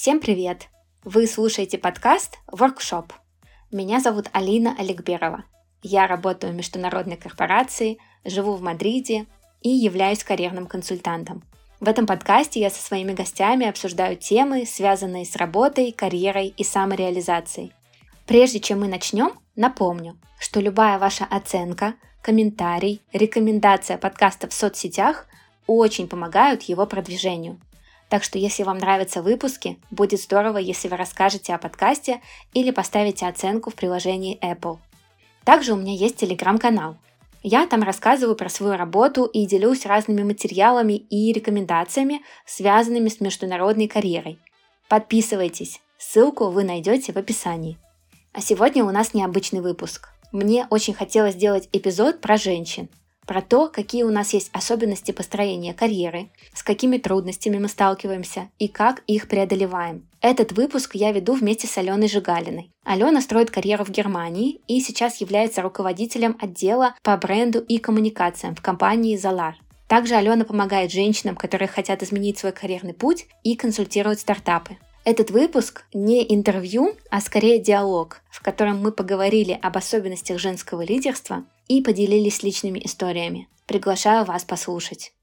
Всем привет! Вы слушаете подкаст «Воркшоп». Меня зовут Алина Аликберова. Я работаю в международной корпорации, живу в Мадриде и являюсь карьерным консультантом. В этом подкасте я со своими гостями обсуждаю темы, связанные с работой, карьерой и самореализацией. Прежде чем мы начнем, напомню, что любая ваша оценка, комментарий, рекомендация подкаста в соцсетях очень помогают его продвижению. Так что если вам нравятся выпуски, будет здорово, если вы расскажете о подкасте или поставите оценку в приложении Apple. Также у меня есть телеграм-канал. Я там рассказываю про свою работу и делюсь разными материалами и рекомендациями, связанными с международной карьерой. Подписывайтесь, ссылку вы найдете в описании. А сегодня у нас необычный выпуск. Мне очень хотелось сделать эпизод про женщин. Про то, какие у нас есть особенности построения карьеры, с какими трудностями мы сталкиваемся и как их преодолеваем. Этот выпуск я веду вместе с Аленой Жигалиной. Алена строит карьеру в Германии и сейчас является руководителем отдела по бренду и коммуникациям в компании Zalar. Также Алена помогает женщинам, которые хотят изменить свой карьерный путь, и консультирует стартапы. Этот выпуск не интервью, а скорее диалог, в котором мы поговорили об особенностях женского лидерства и поделились личными историями. Приглашаю вас послушать.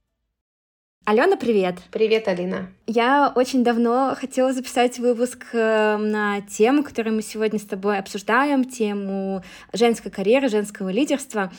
Алена, привет! Привет, Алина! Я очень давно хотела записать выпуск на тему, которую мы сегодня с тобой обсуждаем, тему женской карьеры, женского лидерства.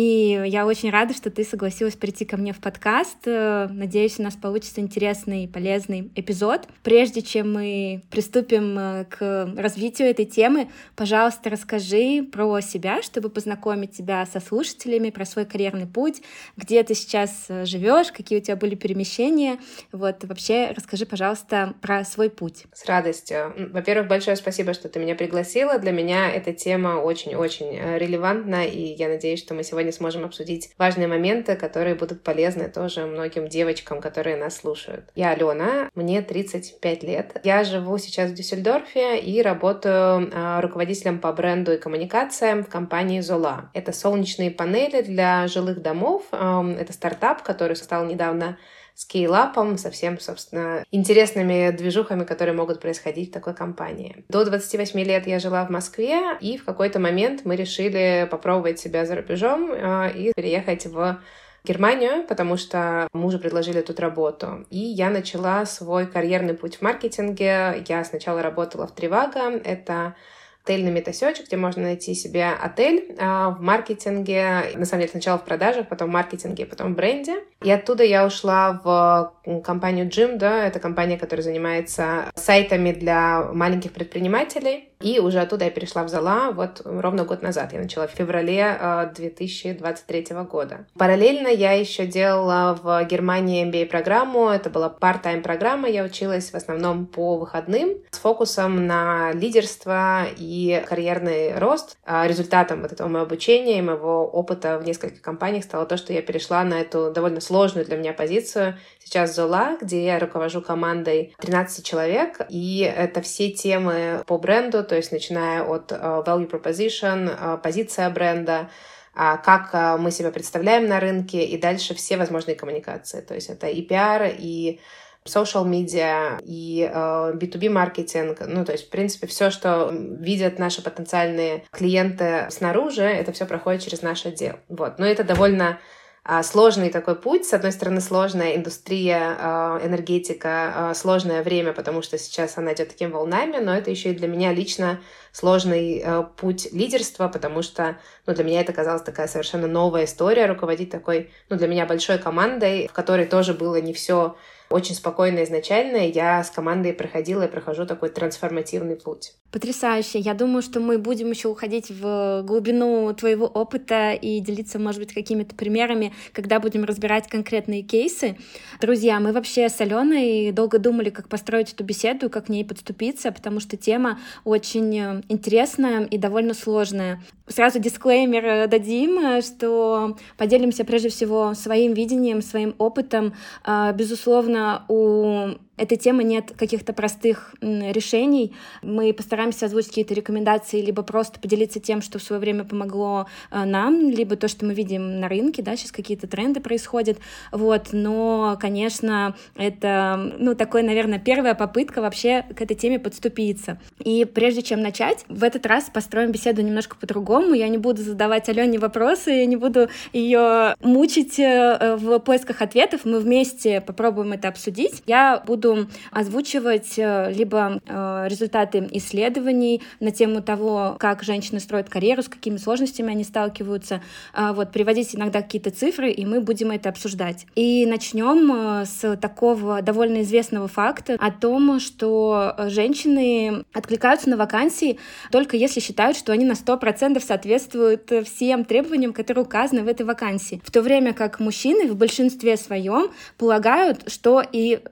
И я очень рада, что ты согласилась прийти ко мне в подкаст. Надеюсь, у нас получится интересный и полезный эпизод. Прежде чем мы приступим к развитию этой темы, пожалуйста, расскажи про себя, чтобы познакомить тебя со слушателями, про свой карьерный путь, где ты сейчас живешь, какие у тебя были перемещения. Вот, вообще, расскажи, пожалуйста, про свой путь. С радостью. Во-первых, большое спасибо, что ты меня пригласила. Для меня эта тема очень-очень релевантна, и я надеюсь, что мы сегодня сможем обсудить важные моменты, которые будут полезны тоже многим девочкам, которые нас слушают. Я Алена, мне 35 лет. Я живу сейчас в Дюссельдорфе и работаю руководителем по бренду и коммуникациям в компании Zola. Это солнечные панели для жилых домов. Это стартап, который стал недавно скейлапом, со всем, собственно, интересными движухами, которые могут происходить в такой компании. До 28 лет я жила в Москве, и в какой-то момент мы решили попробовать себя за рубежом и переехать в Германию, потому что мужу предложили тут работу. И я начала свой карьерный путь в маркетинге. Я сначала работала в Trivago, это отельный метасёчек, где можно найти себе отель в маркетинге, на самом деле сначала в продажах, потом в маркетинге, потом в бренде. И оттуда я ушла в компанию Jim, да, это компания, которая занимается сайтами для маленьких предпринимателей. И уже оттуда я перешла в Zalar вот ровно год назад. Я начала в феврале 2023 года. Параллельно я еще делала в Германии MBA-программу. Это была part-time программа. Я училась в основном по выходным с фокусом на лидерство и карьерный рост. Результатом вот этого моего обучения и моего опыта в нескольких компаниях стало то, что я перешла на эту довольно сложную для меня позицию сейчас в Zola, где я руковожу командой 13 человек. И это все темы по бренду, то есть начиная от value proposition, позиция бренда, как мы себя представляем на рынке, и дальше все возможные коммуникации. То есть это и PR, и social media, и B2B-маркетинг. Ну, то есть, в принципе, все, что видят наши потенциальные клиенты снаружи, это все проходит через наш отдел. Вот. Но это довольно сложный такой путь. С одной стороны, сложная индустрия, энергетика, сложное время, потому что сейчас она идет такими волнами, но это еще и для меня лично сложный путь лидерства, потому что для меня это казалась такая совершенно новая история, руководить такой, для меня большой командой, в которой тоже было не все очень спокойно изначально. Я с командой проходила и прохожу такой трансформативный путь. Потрясающе. Я думаю, что мы будем еще уходить в глубину твоего опыта и делиться, может быть, какими-то примерами, когда будем разбирать конкретные кейсы. Друзья, мы вообще с Аленой долго думали, как построить эту беседу и как к ней подступиться, потому что тема очень интересная и довольно сложная. Сразу дисклеймер дадим, что поделимся прежде всего своим видением, своим опытом. Безусловно, у этой темы нет каких-то простых решений. Мы постараемся озвучить какие-то рекомендации, либо просто поделиться тем, что в свое время помогло нам, либо то, что мы видим на рынке, да, сейчас какие-то тренды происходят. Вот. Но, конечно, это, такой, наверное, первая попытка вообще к этой теме подступиться. И прежде чем начать, в этот раз построим беседу немножко по-другому. Я не буду задавать Алене вопросы, я не буду ее мучить в поисках ответов. Мы вместе попробуем это обсудить. Я буду озвучивать либо результаты исследований на тему того, как женщины строят карьеру, с какими сложностями они сталкиваются, приводить иногда какие-то цифры, и мы будем это обсуждать. И начнем с такого довольно известного факта о том, что женщины откликаются на вакансии только если считают, что они на 100% соответствуют всем требованиям, которые указаны в этой вакансии. В то время как мужчины в большинстве своем полагают, что и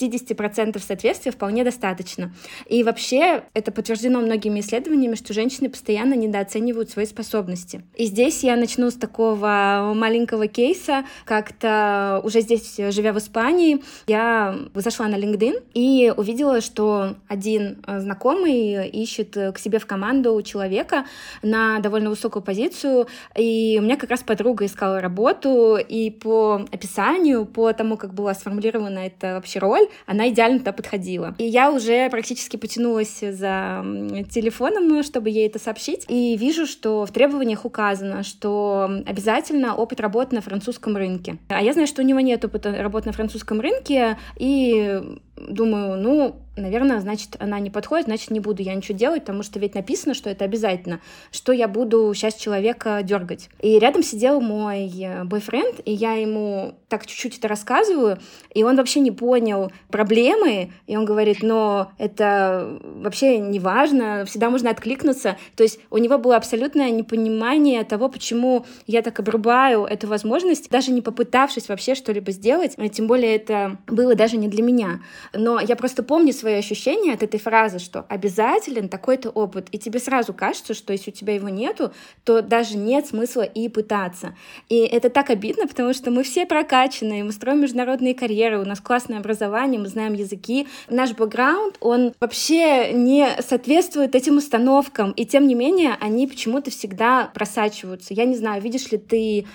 60% соответствия вполне достаточно. И вообще это подтверждено многими исследованиями, что женщины постоянно недооценивают свои способности. И здесь я начну с такого маленького кейса. Как-то уже здесь, живя в Испании, я зашла на LinkedIn и увидела, что один знакомый ищет к себе в команду человека на довольно высокую позицию, и у меня как раз подруга искала работу, и по описанию, по тому, как была сформулирована эта вообще роль, она идеально туда подходила. И я уже практически потянулась за телефоном, чтобы ей это сообщить, и вижу, что в требованиях указано, что обязательно опыт работы на французском рынке. А я знаю, что у него нет опыта работы на французском рынке, и думаю, наверное, значит, она не подходит, значит, не буду я ничего делать, потому что ведь написано, что это обязательно, что я буду сейчас человека дергать. И рядом сидел мой бойфренд, и я ему так чуть-чуть это рассказываю, и он вообще не понял проблемы, и он говорит, но это вообще не важно, всегда можно откликнуться. То есть у него было абсолютное непонимание того, почему я так обрубаю эту возможность, даже не попытавшись вообще что-либо сделать, тем более это было даже не для меня. Но я просто помню свои ощущения от этой фразы, что обязателен такой-то опыт, и тебе сразу кажется, что если у тебя его нету, то даже нет смысла и пытаться. И это так обидно, потому что мы все прокачанные, мы строим международные карьеры, у нас классное образование, мы знаем языки. Наш бэкграунд, он вообще не соответствует этим установкам, и тем не менее они почему-то всегда просачиваются. Я не знаю, видишь ли ты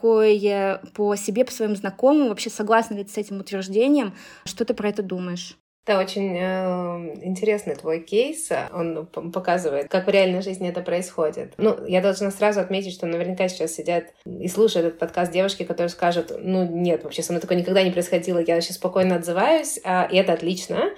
такое по себе, по своим знакомым, вообще согласна ли ты с этим утверждением, что ты про это думаешь? Это очень интересный твой кейс. Он показывает, как в реальной жизни это происходит. Я должна сразу отметить, что наверняка сейчас сидят и слушают этот подкаст девушки, которые скажут, нет, вообще со мной такое никогда не происходило, я сейчас спокойно отзываюсь, и это отлично.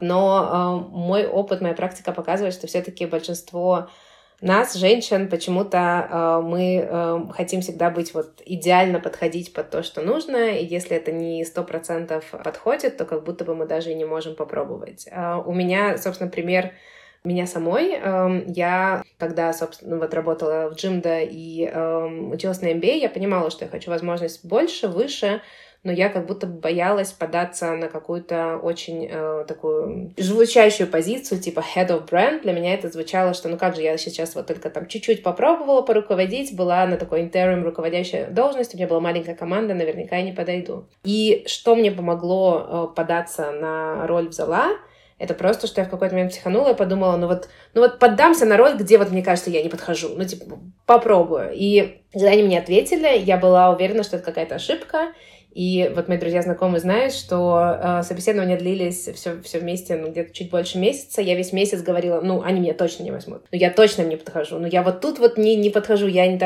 Но мой опыт, моя практика показывает, что все-таки большинство нас, женщин, почему-то мы хотим всегда быть идеально подходить под то, что нужно, и если это не 100% подходит, то как будто бы мы даже и не можем попробовать. У меня, собственно, пример меня самой. Я, когда, собственно, работала в Джимдо и училась на MBA, я понимала, что я хочу возможность больше, выше, но я как будто боялась податься на какую-то очень такую звучащую позицию, типа head of brand. Для меня это звучало, что как же я сейчас только там чуть-чуть попробовала поруководить, была на такой interim руководящей должности, у меня была маленькая команда, наверняка я не подойду. И что мне помогло податься на роль в Зола? Это просто, что я в какой-то момент психанула и подумала, поддамся на роль, где мне кажется, я не подхожу. Попробую. И когда они мне ответили, я была уверена, что это какая-то ошибка. И мои друзья, знакомые знают, что собеседования длились все вместе, где-то чуть больше месяца. Я весь месяц говорила, они меня точно не возьмут. Я точно им не подхожу. Я тут не подхожу, я не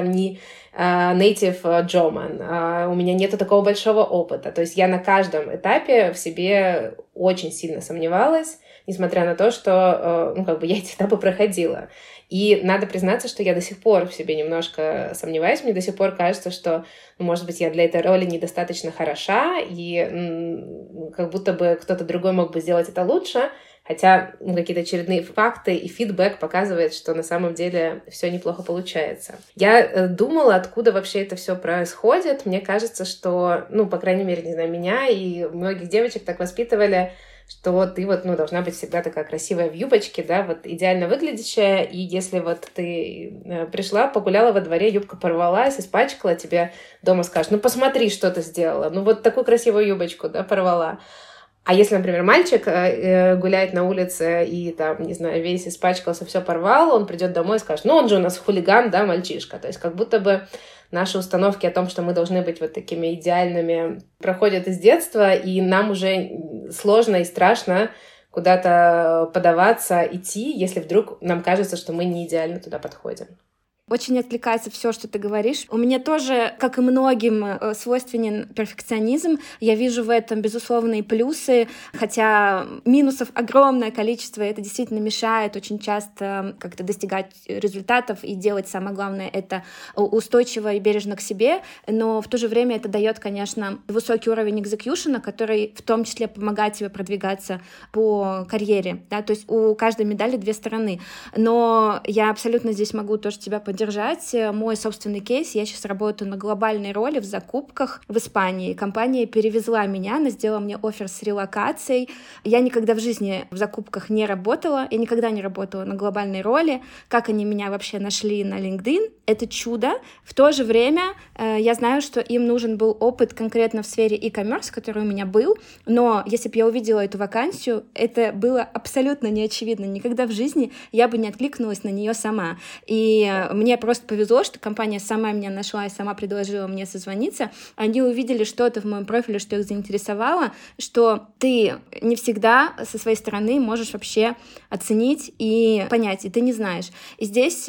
native German. У меня нету такого большого опыта. То есть я на каждом этапе в себе очень сильно сомневалась, несмотря на то, что я эти этапы проходила. И надо признаться, что я до сих пор в себе немножко сомневаюсь. Мне до сих пор кажется, что, может быть, я для этой роли недостаточно хороша, и как будто бы кто-то другой мог бы сделать это лучше. Хотя какие-то очередные факты и фидбэк показывают, что на самом деле все неплохо получается. Я думала, откуда вообще это все происходит. Мне кажется, что, по крайней мере, не знаю, меня и многих девочек так воспитывали, что ты должна быть всегда такая красивая в юбочке, идеально выглядящая, и если ты пришла, погуляла во дворе, юбка порвалась, испачкала, тебе дома скажут, посмотри, что ты сделала, такую красивую юбочку, порвала. А если, например, мальчик гуляет на улице и там, не знаю, весь испачкался, все порвал, он придет домой и скажет, ну он же у нас хулиган, да, мальчишка. То есть как будто бы наши установки о том, что мы должны быть вот такими идеальными, проходят из детства, и нам уже сложно и страшно куда-то подаваться, идти, если вдруг нам кажется, что мы не идеально туда подходим. Очень откликается все, что ты говоришь. У меня тоже, как и многим, свойственен перфекционизм. Я вижу в этом безусловные плюсы, хотя минусов огромное количество, и это действительно мешает очень часто как-то достигать результатов и делать, самое главное, это устойчиво и бережно к себе, но в то же время это дает, конечно, высокий уровень экзекьюшена, который в том числе помогает тебе продвигаться по карьере. Да? То есть у каждой медали две стороны. Но я абсолютно здесь могу тоже тебя поддержать. Мой собственный кейс. Я сейчас работаю на глобальной роли в закупках в Испании. Компания перевезла меня, она сделала мне оффер с релокацией. Я никогда в жизни в закупках не работала, я никогда не работала на глобальной роли. Как они меня вообще нашли на LinkedIn? Это чудо. В то же время я знаю, что им нужен был опыт конкретно в сфере e-commerce, который у меня был, но если бы я увидела эту вакансию, это было абсолютно неочевидно. Никогда в жизни я бы не откликнулась на нее сама. И мне просто повезло, что компания сама меня нашла и сама предложила мне созвониться. Они увидели что-то в моем профиле, что их заинтересовало, что ты не всегда со своей стороны можешь вообще оценить и понять, и ты не знаешь. И здесь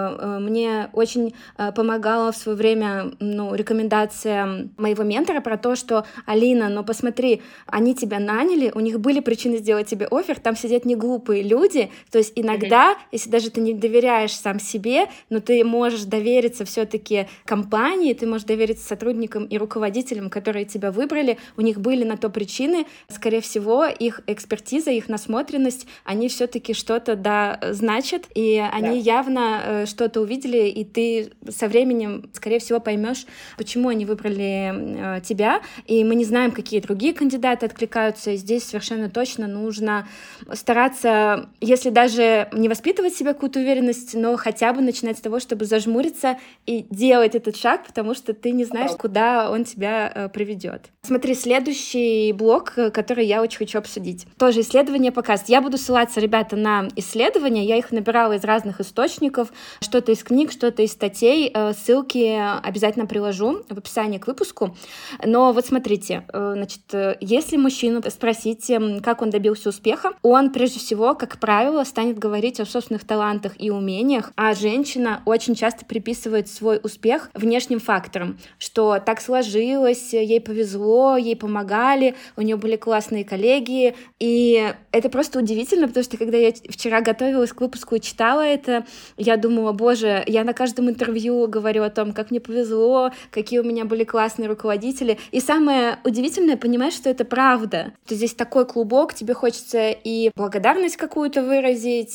мне очень помогала в свое время рекомендация моего ментора про то, что Алина, посмотри, они тебя наняли, у них были причины сделать тебе оффер, там сидят не глупые люди, то есть иногда, если даже ты не доверяешь сам себе, но ты можешь довериться все-таки компании, ты можешь довериться сотрудникам и руководителям, которые тебя выбрали, у них были на то причины, скорее всего, их экспертиза, их насмотренность, они все-таки что-то значат, и они явно что-то увидели, и ты со временем, скорее всего, поймешь, почему они выбрали тебя, и мы не знаем, какие другие кандидаты откликаются, и здесь совершенно точно нужно стараться, если даже не воспитывать в себе какую-то уверенность, но хотя бы начинать с того, чтобы зажмуриться и делать этот шаг, потому что ты не знаешь, куда он тебя приведет. Смотри, следующий блок, который я очень хочу обсудить. Тоже исследование показывает. Я буду ссылаться, ребята, на исследования. Я их набирала из разных источников, что-то из книг, что-то из статей. Ссылки обязательно приложу в описании к выпуску. Но вот смотрите, значит, если мужчину спросить, как он добился успеха, он, прежде всего, как правило, станет говорить о собственных талантах и умениях, а женщина очень часто приписывает свой успех внешним факторам, что так сложилось, ей повезло, ей помогали, у нее были классные коллеги, и это просто удивительно, потому что когда я вчера готовилась к выпуску и читала это, я думала, боже, я на каждом интервью говорю о том, как мне повезло, какие у меня были классные руководители, и самое удивительное, понимаешь, что это правда, что здесь такой клубок, тебе хочется и благодарность какую-то выразить,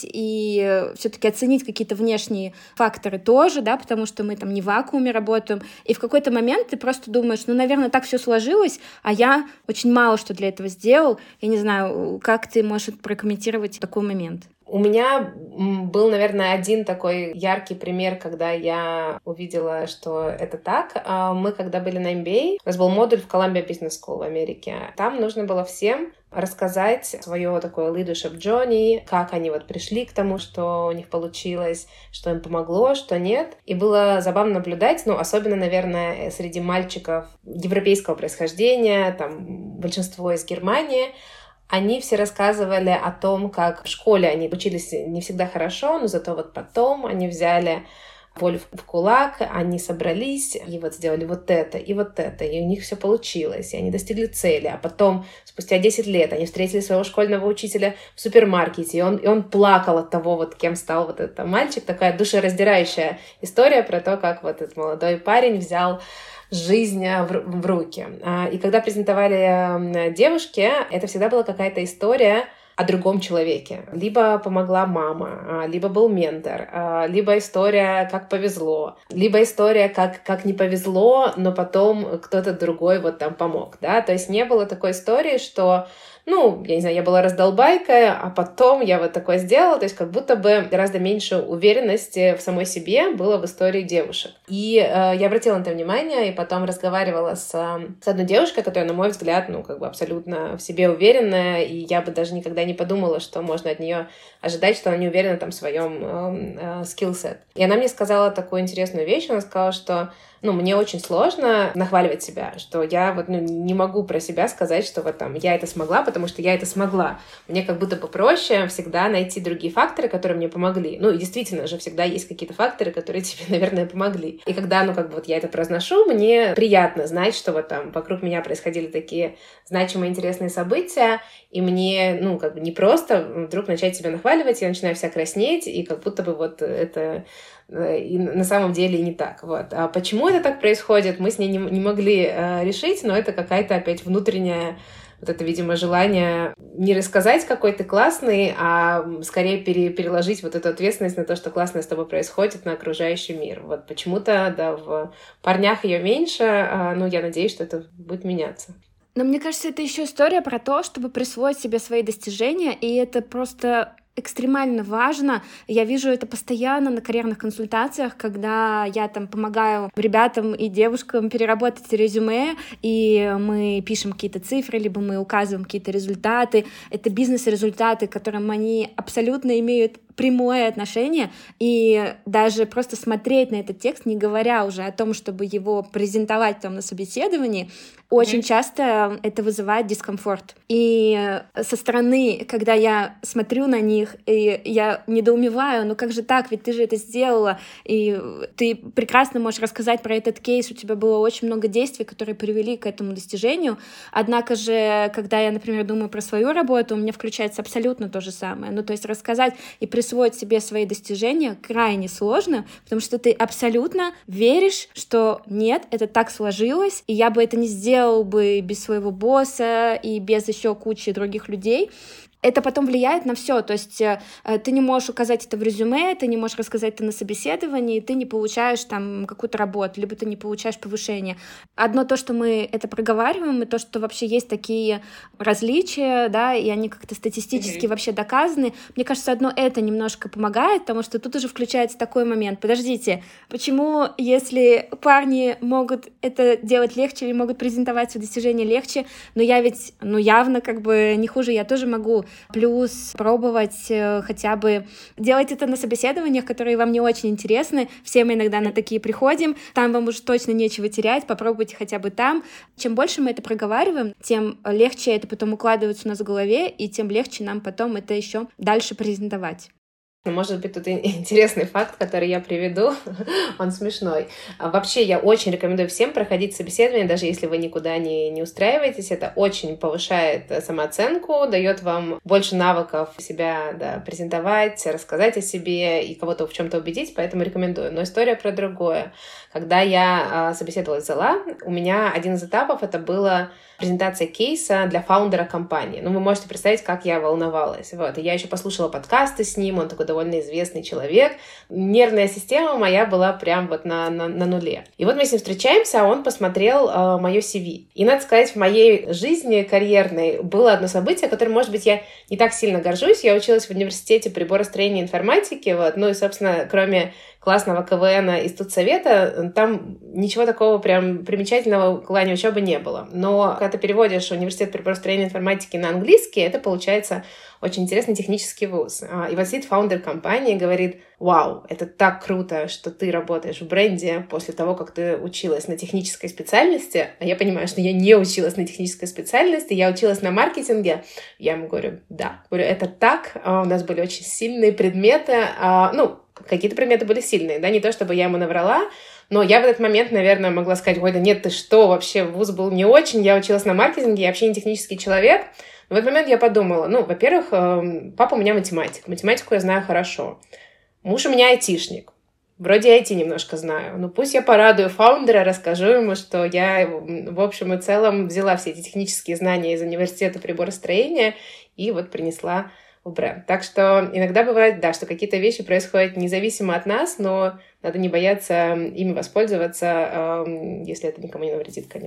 и все-таки оценить какие-то внешние факторы тоже, да, потому что мы там не в вакууме работаем, и в какой-то момент ты просто думаешь, наверное, так все сложилось, а я очень мало что для этого сделал. Я не знаю, как ты можешь прокомментировать такой момент? У меня был, наверное, один такой яркий пример, когда я увидела, что это так. Мы, когда были на MBA, у нас был модуль в Columbia Business School в Америке. Там нужно было всем рассказать свое такое leadership journey, как они пришли к тому, что у них получилось, что им помогло, что нет. И было забавно наблюдать, особенно, наверное, среди мальчиков европейского происхождения, там большинство из Германии, они все рассказывали о том, как в школе они учились не всегда хорошо, но зато потом они взяли волю в кулак, они собрались и сделали вот это, и у них все получилось, и они достигли цели. А потом, спустя 10 лет, они встретили своего школьного учителя в супермаркете, и он плакал от того, кем стал этот мальчик. Такая душераздирающая история про то, как этот молодой парень взял жизнь в руки. И когда презентовали девушки, это всегда была какая-то история о другом человеке. Либо помогла мама, либо был ментор, либо история, как повезло, либо история, как не повезло, но потом кто-то другой там помог. Да? То есть не было такой истории, что ну, я не знаю, я была раздолбайка, а потом я вот такое сделала, то есть как будто бы гораздо меньше уверенности в самой себе было в истории девушек. И я обратила на это внимание, и потом разговаривала с одной девушкой, которая, на мой взгляд, ну, как бы абсолютно в себе уверенная, и я бы даже никогда не подумала, что можно от нее ожидать, что она не уверена там в своем скиллсет. И она мне сказала такую интересную вещь, она сказала, что ну, мне очень сложно нахваливать себя, что я вот не могу про себя сказать, что вот там я это смогла, потому что я это смогла. Мне как будто бы проще всегда найти другие факторы, которые мне помогли. Ну, и действительно же всегда есть какие-то факторы, которые тебе, наверное, помогли. И когда, ну, как бы вот я это произношу, мне приятно знать, что вот там вокруг меня происходили такие значимые, интересные события, и мне, ну, как бы не просто вдруг начать себя нахваливать, я начинаю вся краснеть, и как будто бы вот это... И на самом деле не так. Вот. А почему это так происходит, мы с ней не могли решить, но это какая-то опять внутренняя вот это, видимо, желание не рассказать, какой ты классный, а скорее переложить вот эту ответственность на то, что классное с тобой происходит, на окружающий мир. Вот почему-то, да, в парнях ее меньше, но я надеюсь, что это будет меняться. Но мне кажется, это еще история про то, чтобы присвоить себе свои достижения, и это просто экстремально важно. Я вижу это постоянно на карьерных консультациях, когда я там помогаю ребятам и девушкам переработать резюме, и мы пишем какие-то цифры, либо мы указываем какие-то результаты. Это бизнес-результаты, к которым они абсолютно имеют прямое отношение, и даже просто смотреть на этот текст, не говоря уже о том, чтобы его презентовать там на собеседовании, очень часто это вызывает дискомфорт. И со стороны, когда я смотрю на них, и я недоумеваю, ну как же так, ведь ты же это сделала, и ты прекрасно можешь рассказать про этот кейс, у тебя было очень много действий, которые привели к этому достижению, однако же, когда я, например, думаю про свою работу, у меня включается абсолютно то же самое. Ну то есть рассказать и присвоить себе свои достижения крайне сложно, потому что ты абсолютно веришь, что нет, это так сложилось, и я бы это не сделал бы без своего босса и без еще кучи других людей. Это потом влияет на все, то есть ты не можешь указать это в резюме, ты не можешь рассказать это на собеседовании, ты не получаешь там какую-то работу, либо ты не получаешь повышение. Одно то, что мы это проговариваем, и то, что вообще есть такие различия, да, и они как-то статистически вообще доказаны, мне кажется, одно это немножко помогает, потому что тут уже включается такой момент. Подождите, почему, если парни могут это делать легче или могут презентовать свои достижения легче, но я ведь, ну явно как бы не хуже, я тоже могу. Плюс пробовать хотя бы делать это на собеседованиях, которые вам не очень интересны. Все мы иногда на такие приходим, там вам уже точно нечего терять, попробуйте хотя бы там. Чем больше мы это проговариваем, тем легче это потом укладывается у нас в голове, и тем легче нам потом это еще дальше презентовать. Может быть, тут интересный факт, который я приведу, он смешной. Вообще, я очень рекомендую всем проходить собеседование, даже если вы никуда не устраиваетесь. Это очень повышает самооценку, дает вам больше навыков себя презентовать, рассказать о себе и кого-то в чем-то убедить, поэтому рекомендую. Но история про другое. Когда я собеседовалась в Зала, у меня один из этапов это было презентация кейса для фаундера компании. Ну, вы можете представить, как я волновалась. Вот. И я еще послушала подкасты с ним, он такой довольно известный человек. Нервная система моя была прям вот на нуле. И вот мы с ним встречаемся, а он посмотрел мое CV. И, надо сказать, в моей жизни карьерной было одно событие, которым, может быть, я не так сильно горжусь. Я училась в университете приборостроения и информатики, вот. Ну и, собственно, кроме классного КВН из студсовета, там ничего такого прям примечательного в плане учебы не было. Но когда ты переводишь университет приборостроения и информатики на английский, это получается очень интересный технический вуз. И вот сидит фаундер компании и говорит: «Вау, это так круто, что ты работаешь в бренде после того, как ты училась на технической специальности». А я понимаю, что я не училась на технической специальности, я училась на маркетинге. Я ему говорю: «Да». Говорю: «Это так, у нас были очень сильные предметы». Какие-то предметы были сильные, да, не то чтобы я ему наврала, но я в этот момент, наверное, могла сказать: «Ой, да нет, ты что, вообще вуз был не очень, я училась на маркетинге, я вообще не технический человек». Но в этот момент я подумала: во-первых, папа у меня математик, математику я знаю хорошо, муж у меня айтишник, вроде IT немножко знаю, пусть я порадую фаундера, расскажу ему, что я, в общем и целом, взяла все эти технические знания из университета приборостроения и вот принесла в бренд. Так что иногда бывает, да, что какие-то вещи происходят независимо от нас, но надо не бояться ими воспользоваться, если это никому не навредит, конечно.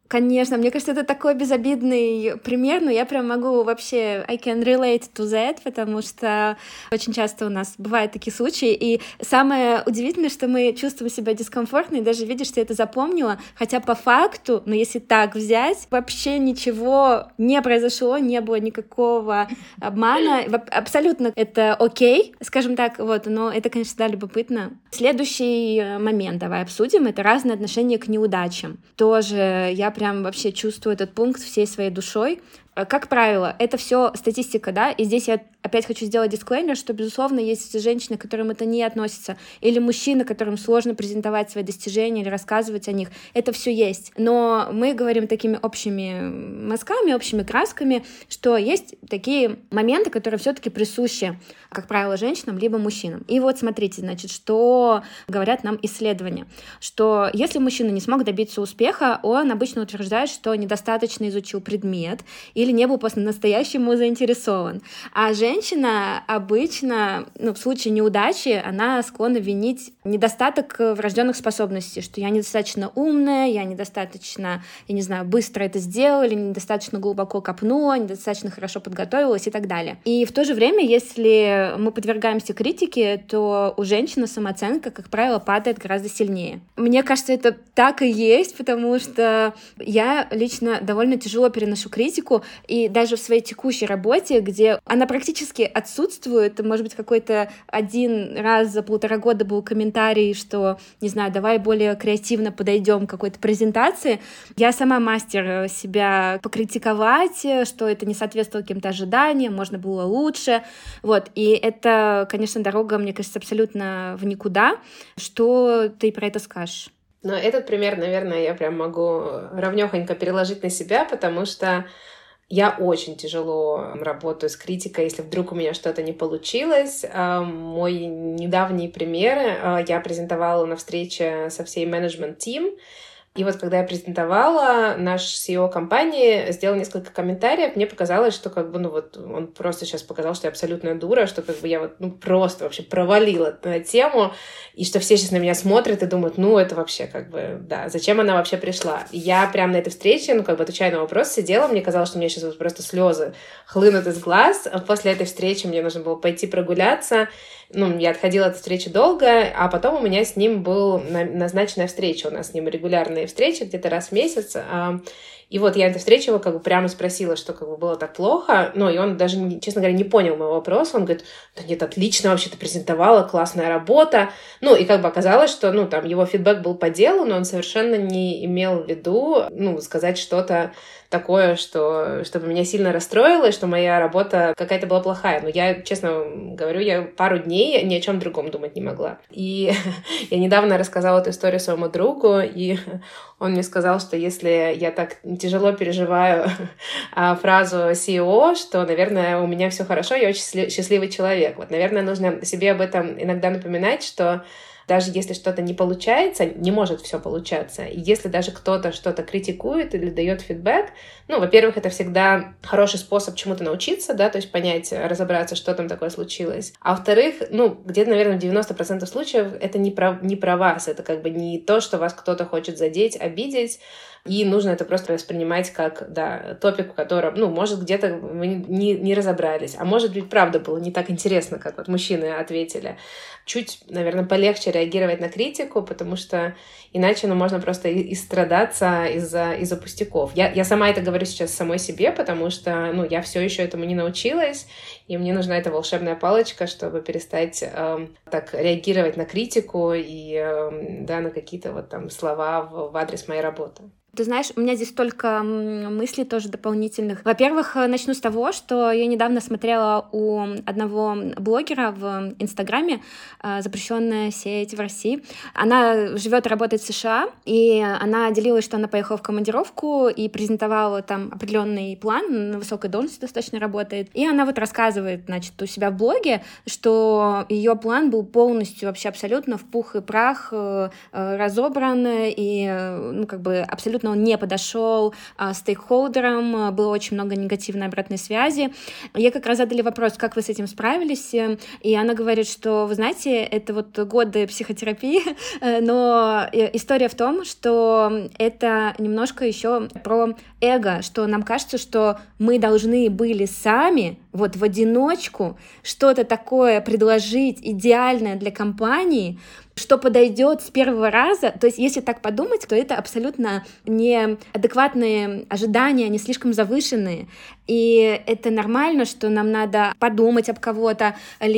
Конечно, мне кажется, это такой безобидный пример, но я прям могу вообще I can relate to that, потому что очень часто у нас бывают такие случаи, и самое удивительное, что мы чувствуем себя дискомфортно, и даже видишь, что я это запомнила, хотя по факту, ну если так взять, вообще ничего не произошло, не было никакого обмана, абсолютно это окей, скажем так, вот, но это, конечно, да, любопытно. Следующий момент давай обсудим, это разное отношение к неудачам. Тоже я прям вообще чувствую этот пункт всей своей душой. Как правило, это все статистика, да, и здесь я опять хочу сделать дисклеймер, что, безусловно, есть женщины, к которым это не относится, или мужчины, которым сложно презентовать свои достижения или рассказывать о них. Это все есть. Но мы говорим такими общими мазками, общими красками, что есть такие моменты, которые все-таки присущи, как правило, женщинам либо мужчинам. И вот смотрите, значит, что говорят нам исследования, что если мужчина не смог добиться успеха, он обычно утверждает, что недостаточно изучил предмет или не был по-настоящему заинтересован. А женщина обычно, в случае неудачи, она склонна винить недостаток врожденных способностей, что я недостаточно умная, я недостаточно, я не знаю, быстро это сделала, или недостаточно глубоко копнула, недостаточно хорошо подготовилась и так далее. И в то же время, если мы подвергаемся критике, то у женщины самооценка, как правило, падает гораздо сильнее. Мне кажется, это так и есть, потому что я лично довольно тяжело переношу критику, и даже в своей текущей работе, где она практически отсутствует, может быть, какой-то один раз за 1,5 года был комментарий, что, не знаю, давай более креативно подойдем к какой-то презентации. Я сама мастер себя покритиковать, что это не соответствовало каким-то ожиданиям, можно было лучше. Вот. И это, конечно, дорога, мне кажется, абсолютно в никуда. Что ты про это скажешь? Но этот пример, наверное, я прям могу ровнёхонько переложить на себя, потому что я очень тяжело работаю с критикой, если вдруг у меня что-то не получилось. Мой недавний пример, я презентовала на встрече со всей менеджмент-тим, и вот когда я презентовала, наш CEO компании сделал несколько комментариев, мне показалось, что он просто сейчас показал, что я абсолютная дура, что я просто вообще провалила на тему, и что все сейчас на меня смотрят и думают, это вообще зачем она вообще пришла? И я прямо на этой встрече, отвечая на вопрос, сидела, мне казалось, что у меня сейчас просто слезы хлынут из глаз. После этой встречи мне нужно было пойти прогуляться. Я отходила от встречи долго, а потом у меня с ним была назначенная встреча. У нас с ним регулярные встречи, где-то раз в месяц. И вот я на этой встрече его прямо спросила, что было так плохо. И он даже, честно говоря, не понял моего вопроса. Он говорит, да нет, отлично вообще ты презентовала, классная работа. И оказалось, что там его фидбэк был по делу, но он совершенно не имел в виду, сказать что-то такое, чтобы меня сильно расстроило, и что моя работа какая-то была плохая. Но я, честно говорю, я пару дней ни о чем другом думать не могла. И я недавно рассказала эту историю своему другу, и он мне сказал, что если я так тяжело переживаю фразу CEO, что, наверное, у меня все хорошо, я очень счастливый человек. Наверное, нужно себе об этом иногда напоминать, что даже если что-то не получается, не может все получаться. И если даже кто-то что-то критикует или дает фидбэк, во-первых, это всегда хороший способ чему-то научиться, да, то есть понять, разобраться, что там такое случилось. А во-вторых, где-то, наверное, в 90% случаев это не про вас, это не то, что вас кто-то хочет задеть, обидеть, и нужно это просто воспринимать как, топик, в котором, может, где-то вы не разобрались, а может быть, правда было не так интересно, как мужчины ответили. Чуть, наверное, полегче реагировать на критику, потому что иначе, можно просто истрадаться из-за пустяков. Я сама это говорю сейчас самой себе, потому что, я все еще этому не научилась, и мне нужна эта волшебная палочка, чтобы перестать так реагировать на критику и, на какие-то слова в адрес моей работы. Ты знаешь, у меня здесь столько мыслей тоже дополнительных. Во-первых, начну с того, что я недавно смотрела у одного блогера в Инстаграме, запрещенная сеть в России. Она живет и работает в США, и она делилась, что она поехала в командировку и презентовала там определенный план, на высокой должности достаточно работает. И она рассказывает, у себя в блоге, что ее план был полностью, вообще абсолютно в пух и прах разобран и, абсолютно абсолютно он не подошел стейкхолдерам, было очень много негативной обратной связи. Ей как раз задали вопрос, как вы с этим справились, и она говорит, что, вы знаете, это вот годы психотерапии, но история в том, что это немножко еще про эго, что нам кажется, что мы должны были сами вот в одиночку что-то такое предложить идеальное для компании, что подойдет с первого раза. То есть, если так подумать, то это абсолютно неадекватные ожидания, они слишком завышенные. И это нормально, что нам надо подумать об кого-то,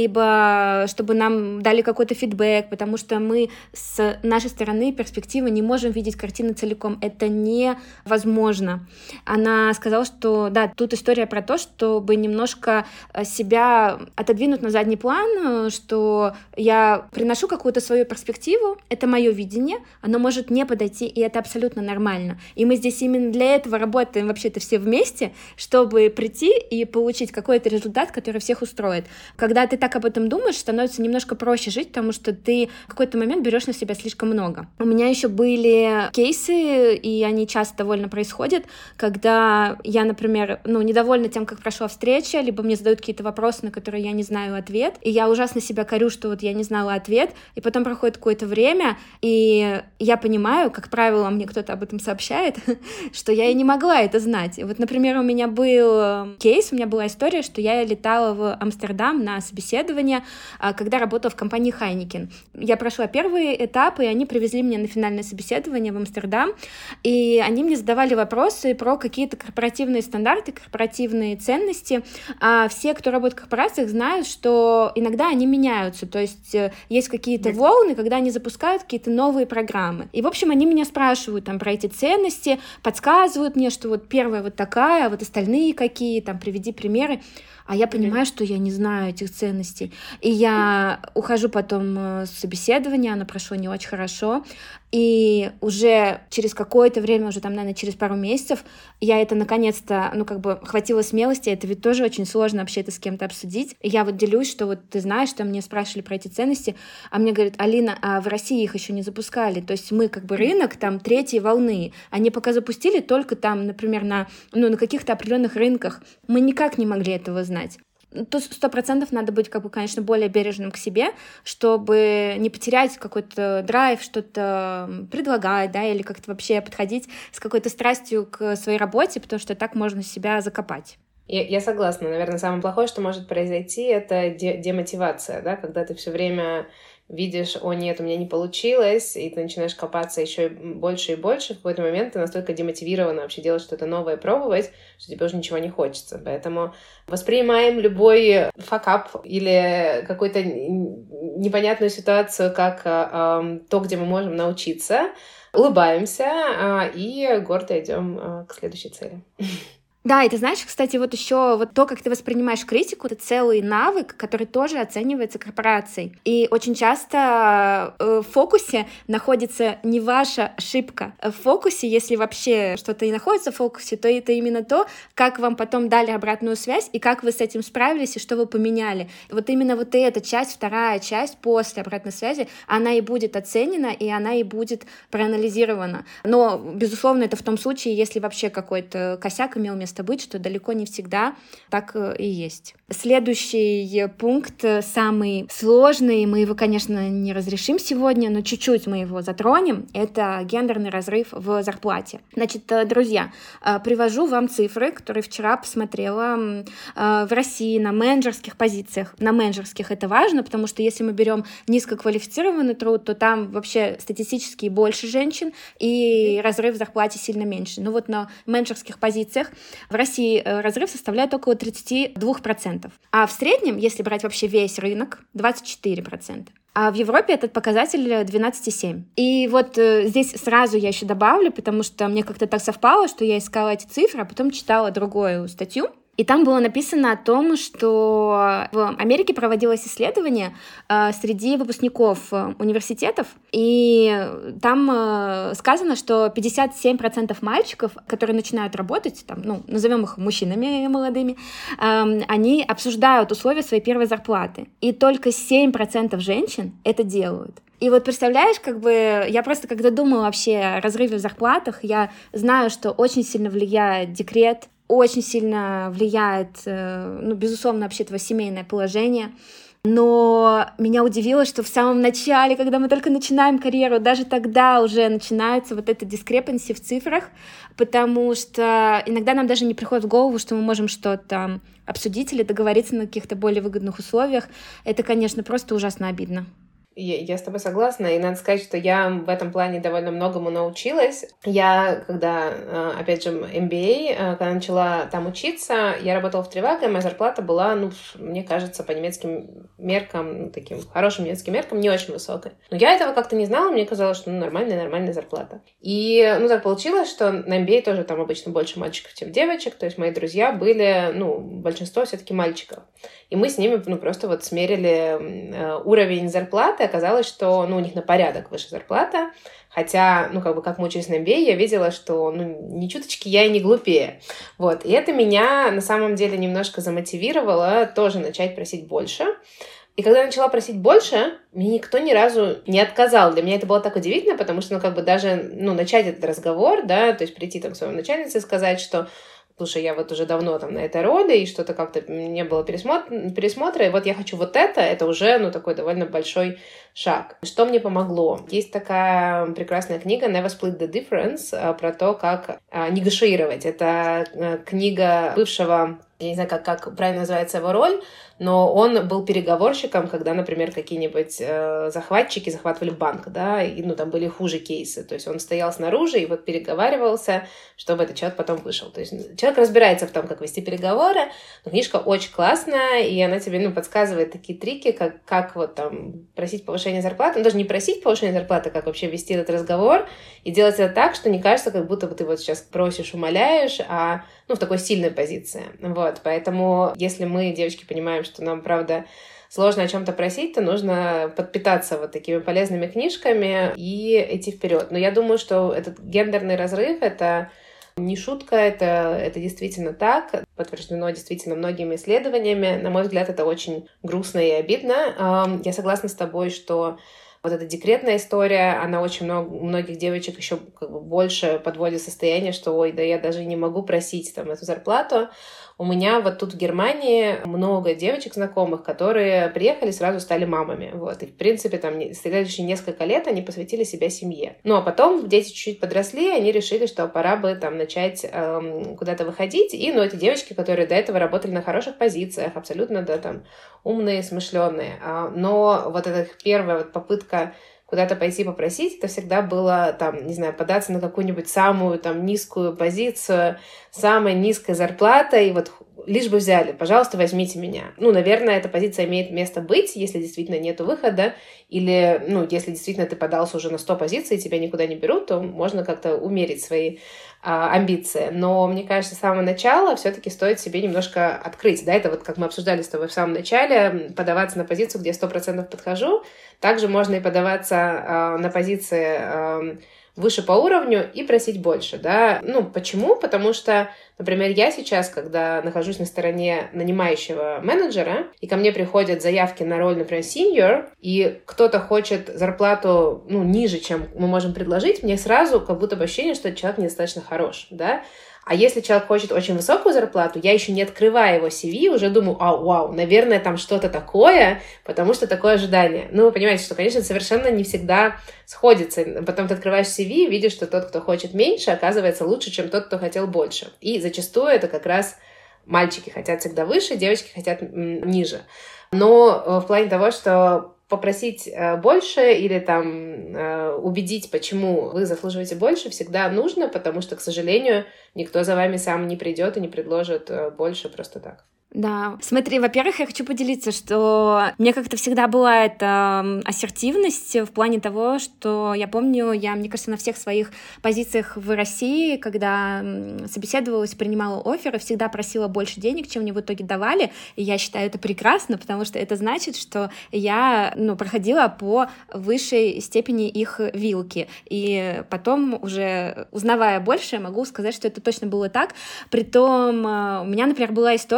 либо чтобы нам дали какой-то фидбэк, потому что мы с нашей стороны перспективы не можем видеть картину целиком. Это невозможно. Она сказала, что да, тут история про то, чтобы немножко себя отодвинуть на задний план, что я приношу какую-то свою перспективу, это мое видение, оно может не подойти, и это абсолютно нормально. И мы здесь именно для этого работаем вообще-то все вместе, чтобы прийти и получить какой-то результат, который всех устроит. Когда ты так об этом думаешь, становится немножко проще жить, потому что ты в какой-то момент берешь на себя слишком много. У меня еще были кейсы, и они часто довольно происходят, когда я, например, недовольна тем, как прошла встреча, либо мне задают какие-то вопросы, на которые я не знаю ответ, и я ужасно себя корю, что вот я не знала ответ, и потом проходит какое-то время, и я понимаю, как правило, мне кто-то об этом сообщает, что я и не могла это знать. Вот, например, у меня был кейс, у меня была история, что я летала в Амстердам на собеседование, когда работала в компании Heineken. Я прошла первый этап, и они привезли меня на финальное собеседование в Амстердам, и они мне задавали вопросы про какие-то корпоративные стандарты, корпоративные ценности. А все, кто работает в корпорациях, знают, что иногда они меняются, то есть есть какие-то волны, когда они запускают какие-то новые программы. И, в общем, они меня спрашивают там про эти ценности, подсказывают мне, что вот первая вот такая, а вот остальные какие, там, приведи примеры. А я понимаю, что я не знаю этих ценностей. И я ухожу потом с собеседования, оно прошло не очень хорошо. И уже через какое-то время, уже там, наверное, через пару месяцев, я это наконец-то, хватило смелости. Это ведь тоже очень сложно вообще это с кем-то обсудить. И я вот делюсь, что вот ты знаешь, что мне спрашивали про эти ценности, а мне говорят: Алина, а в России их еще не запускали. То есть мы рынок там третьей волны. Они пока запустили только там, например, на каких-то определенных рынках. Мы никак не могли этого знать. Тут 100% надо быть, конечно, более бережным к себе, чтобы не потерять какой-то драйв, что-то предлагать, да, или как-то вообще подходить с какой-то страстью к своей работе, потому что так можно себя закопать. Я согласна. Наверное, самое плохое, что может произойти, это демотивация, да, когда ты все время видишь: о нет, у меня не получилось, и ты начинаешь копаться еще больше и больше, в какой-то момент ты настолько демотивирована вообще делать что-то новое, пробовать, что тебе уже ничего не хочется. Поэтому воспринимаем любой факап или какую-то непонятную ситуацию как то, где мы можем научиться, улыбаемся и гордо идем к следующей цели. Да, и ты знаешь, кстати, вот еще вот то, как ты воспринимаешь критику, это целый навык, который тоже оценивается корпорацией. И очень часто в фокусе находится не ваша ошибка. В фокусе, если вообще что-то и находится в фокусе, то это именно то, как вам потом дали обратную связь и как вы с этим справились и что вы поменяли. Вот именно вот эта часть, вторая часть после обратной связи, она и будет оценена, и она и будет проанализирована. Но, безусловно, это в том случае, если вообще какой-то косяк имел место быть, что далеко не всегда так и есть. Следующий пункт, самый сложный, мы его, конечно, не разрешим сегодня, но чуть-чуть мы его затронем, это гендерный разрыв в зарплате. Значит, друзья, привожу вам цифры, которые вчера посмотрела в России на менеджерских позициях. На менеджерских это важно, потому что если мы берем низкоквалифицированный труд, то там вообще статистически больше женщин, и разрыв в зарплате сильно меньше. Но вот на менеджерских позициях в России разрыв составляет около 32%. А в среднем, если брать вообще весь рынок, 24%. А в Европе этот показатель 12,7%. И вот здесь сразу я еще добавлю, потому что мне как-то так совпало, что я искала эти цифры, а потом читала другую статью. И там было написано о том, что в Америке проводилось исследование среди выпускников университетов, и там сказано, что 57% мальчиков, которые начинают работать, там, назовем их мужчинами молодыми, они обсуждают условия своей первой зарплаты. И только 7% женщин это делают. И вот представляешь, как бы я просто, когда думаю вообще о разрыве в зарплатах, я знаю, что очень сильно влияет декрет, очень сильно влияет, ну, безусловно, вообще твое семейное положение. Но меня удивило, что в самом начале, когда мы только начинаем карьеру, даже тогда уже начинается вот эта discrepancy в цифрах, потому что иногда нам даже не приходит в голову, что мы можем что-то обсудить или договориться на каких-то более выгодных условиях. Это, конечно, просто ужасно обидно. Я с тобой согласна, и надо сказать, что я в этом плане довольно многому научилась. Я, когда, опять же, MBA, когда начала там учиться, я работала в Trivago, и моя зарплата была, ну, мне кажется, по немецким меркам, таким хорошим немецким меркам, не очень высокой. Но я этого как-то не знала, мне казалось, что нормальная зарплата. И, ну, так получилось, что на MBA тоже там обычно больше мальчиков, чем девочек, то есть мои друзья были, ну, большинство все-таки мальчиков. И мы с ними, ну, просто вот смерили уровень зарплаты. Оказалось, что, ну, у них на порядок выше зарплата. Хотя, ну, как бы, как мы учились на MBA, я видела, что, ну, ни чуточки я и не глупее. Вот. И это меня, на самом деле, немножко замотивировало тоже начать просить больше. И когда я начала просить больше, мне никто ни разу не отказал. Для меня это было так удивительно, потому что, ну, как бы даже, ну, начать этот разговор, да, то есть прийти там к своему начальнице и сказать, что слушай, я вот уже давно там на этой роли, и что-то как-то не было пересмотра, и вот я хочу вот это уже, ну, такой довольно большой шаг. Что мне помогло? Есть такая прекрасная книга «Never Split the Difference» про то, как негошировать. Это книга бывшего, я не знаю, как правильно называется его роль, но он был переговорщиком, когда, например, какие-нибудь захватчики захватывали банк, да, и, ну, там были хуже кейсы. То есть он стоял снаружи и вот переговаривался, чтобы этот человек потом вышел. То есть человек разбирается в том, как вести переговоры, но книжка очень классная, и она тебе, ну, подсказывает такие трики, как вот там просить повышение зарплаты. Ну, даже не просить повышение зарплаты, как вообще вести этот разговор, и делать это так, что не кажется, как будто бы ты вот сейчас просишь, умоляешь, а, ну, в такой сильной позиции. Вот, поэтому если мы, девочки, понимаем, что нам, правда, сложно о чем-то просить, то нужно подпитаться вот такими полезными книжками и идти вперед. Но я думаю, что этот гендерный разрыв — это не шутка, это действительно так, подтверждено действительно многими исследованиями. На мой взгляд, это очень грустно и обидно. Я согласна с тобой, что вот эта декретная история, она очень многих девочек еще как бы больше подводит состояние, что ой, да я даже не могу просить там эту зарплату. У меня вот тут в Германии много девочек знакомых, которые приехали, сразу стали мамами. Вот. И, в принципе, там следующие несколько лет они посвятили себя семье. Ну, а потом дети чуть-чуть подросли, они решили, что пора бы там начать куда-то выходить. И, ну, эти девочки, которые до этого работали на хороших позициях, абсолютно, да, там, умные, смышленые. Но вот эта первая вот попытка куда-то пойти попросить, это всегда было, там, не знаю, податься на какую-нибудь самую, там, низкую позицию, самая низкая зарплата, и вот лишь бы взяли, пожалуйста, возьмите меня. Ну, наверное, эта позиция имеет место быть, если действительно нет выхода, или, ну, если действительно ты подался уже на 100 позиций, и тебя никуда не берут, то можно как-то умерить свои амбиции. Но, мне кажется, с самого начала все-таки стоит себе немножко открыть, да, это вот как мы обсуждали с тобой в самом начале, подаваться на позицию, где 100% подхожу, также можно и подаваться на позиции выше по уровню и просить больше, да. Ну, почему? Потому что, например, я сейчас, когда нахожусь на стороне нанимающего менеджера, и ко мне приходят заявки на роль, например, senior, и кто-то хочет зарплату, ну, ниже, чем мы можем предложить, мне сразу как будто бы ощущение, что этот человек недостаточно хорош, да. А если человек хочет очень высокую зарплату, я еще не открывая его CV, уже думаю, вау, наверное, там что-то такое, потому что такое ожидание. Ну, вы понимаете, что, конечно, совершенно не всегда сходится. Потом ты открываешь CV, видишь, что тот, кто хочет меньше, оказывается лучше, чем тот, кто хотел больше. И зачастую это как раз мальчики хотят всегда выше, девочки хотят ниже. Но в плане того, что попросить больше или там убедить, почему вы заслуживаете больше, всегда нужно, потому что, к сожалению, никто за вами сам не придет и не предложит больше просто так. Да, смотри, во-первых, я хочу поделиться, что мне как-то всегда была эта ассертивность в плане того, что я помню, мне кажется, на всех своих позициях в России, когда собеседовалась, принимала офферы, всегда просила больше денег, чем мне в итоге давали, и я считаю это прекрасно, потому что это значит, что я, проходила по высшей степени их вилки, и потом уже, узнавая больше, могу сказать, что это точно было так. Притом у меня, например, была история, что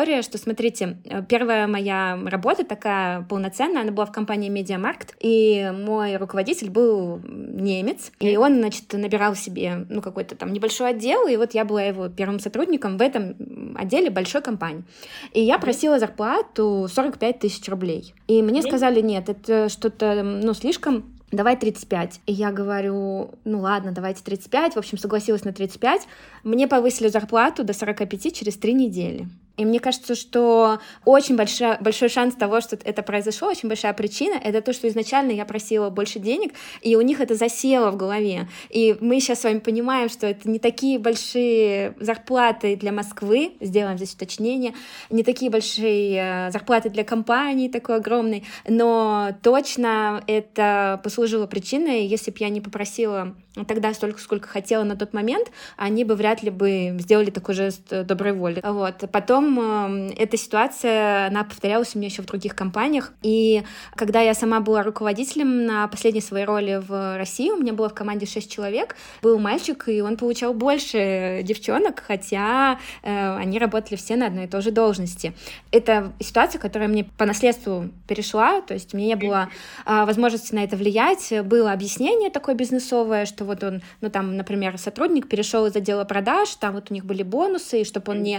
смотрите, первая моя работа такая полноценная, она была в компании Медиамаркт, и мой руководитель был немец, и он, значит, набирал себе, какой-то там небольшой отдел, и вот я была его первым сотрудником в этом отделе большой компании. И я просила зарплату 45 тысяч рублей. И мне сказали, нет, это что-то, слишком, давай 35. И я говорю, ладно, давайте 35. В общем, согласилась на 35. Мне повысили зарплату до 45 через 3 недели. И мне кажется, что очень большой шанс того, что это произошло, очень большая причина, это то, что изначально я просила больше денег, и у них это засело в голове. И мы сейчас с вами понимаем, что это не такие большие зарплаты для Москвы, сделаем здесь уточнение, не такие большие зарплаты для компании такой огромной, но точно это послужило причиной. Если бы я не попросила тогда столько, сколько хотела на тот момент, они бы вряд ли бы сделали такой жест доброй воли. Вот. Потом эта ситуация, она повторялась у меня еще в других компаниях. И когда я сама была руководителем на последней своей роли в России, у меня было в команде 6 человек, был мальчик, и он получал больше девчонок, хотя они работали все на одной и той же должности. Это ситуация, которая мне по наследству перешла, то есть у меня не было возможности на это влиять. Было объяснение такое бизнесовое, что вот он, например, сотрудник перешел из отдела продаж, там вот у них были бонусы, и чтобы он